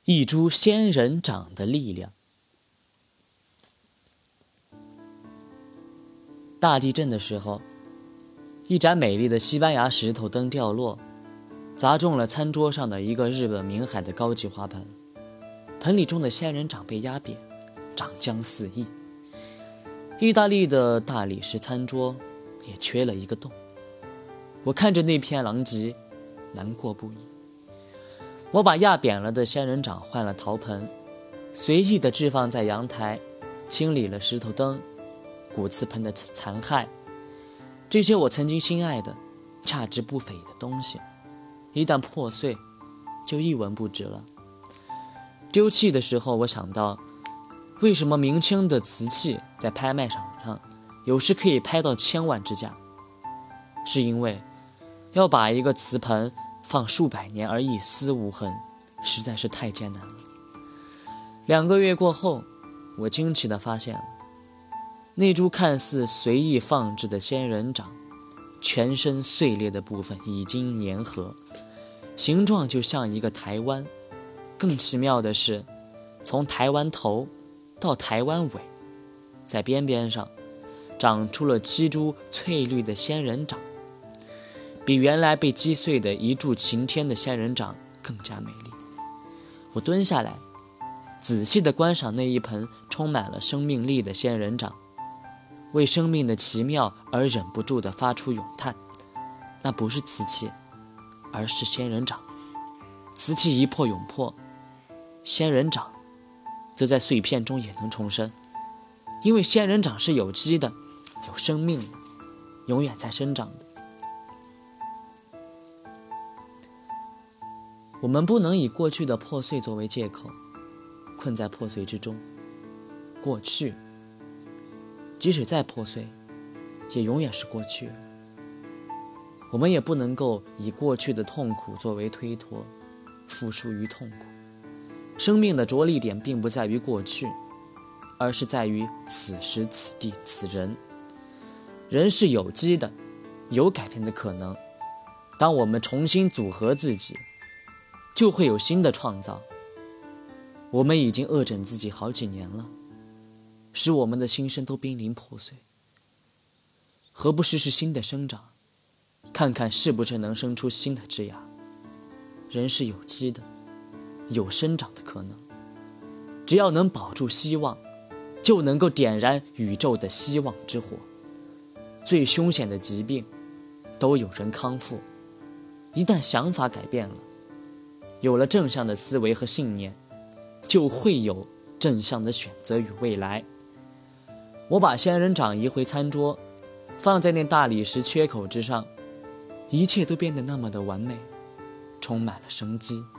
一株仙人掌的力量。大地震的时候，一盏美丽的西班牙石头灯掉落，砸中了餐桌上的一个日本名海的高级花盆，盆里种的仙人掌被压扁，长浆四溢。意大利的大理石餐桌也缺了一个洞。我看着那片狼藉，难过不已。我把压扁了的仙人掌换了陶盆，随意地置放在阳台，清理了石头灯、骨瓷盆的残骸。这些我曾经心爱的、价值不菲的东西，一旦破碎，就一文不值了。丢弃的时候，我想到，为什么明清的瓷器在拍卖场上有时可以拍到1000万之价？是因为要把一个瓷盆放数百年而一丝无痕，实在是太艰难了。2个月过后，我惊奇地发现，那株看似随意放置的仙人掌，全身碎裂的部分已经粘合，形状就像一个台湾。更奇妙的是，从台湾头到台湾尾，在边边上长出了7株翠绿的仙人掌，比原来被击碎的一柱擎天的仙人掌更加美丽。我蹲下来，仔细地观赏那一盆充满了生命力的仙人掌，为生命的奇妙而忍不住地发出咏叹。那不是瓷器，而是仙人掌。瓷器一破永破，仙人掌则在碎片中也能重生，因为仙人掌是有机的，有生命的，永远在生长的。我们不能以过去的破碎作为借口，困在破碎之中。过去即使再破碎，也永远是过去了。我们也不能够以过去的痛苦作为推脱，负输于痛苦。生命的着力点并不在于过去，而是在于此时此地此人。人是有机的，有改变的可能。当我们重新组合自己，就会有新的创造。我们已经恶整自己好几年了，使我们的心声都濒临破碎。何不试试新的生长，看看是不是能生出新的枝芽。人是有机的，有生长的可能。只要能保住希望，就能够点燃宇宙的希望之火。最凶险的疾病都有人康复。一旦想法改变了，有了正向的思维和信念，就会有正向的选择与未来。我把仙人掌移回餐桌，放在那大理石缺口之上，一切都变得那么的完美，充满了生机。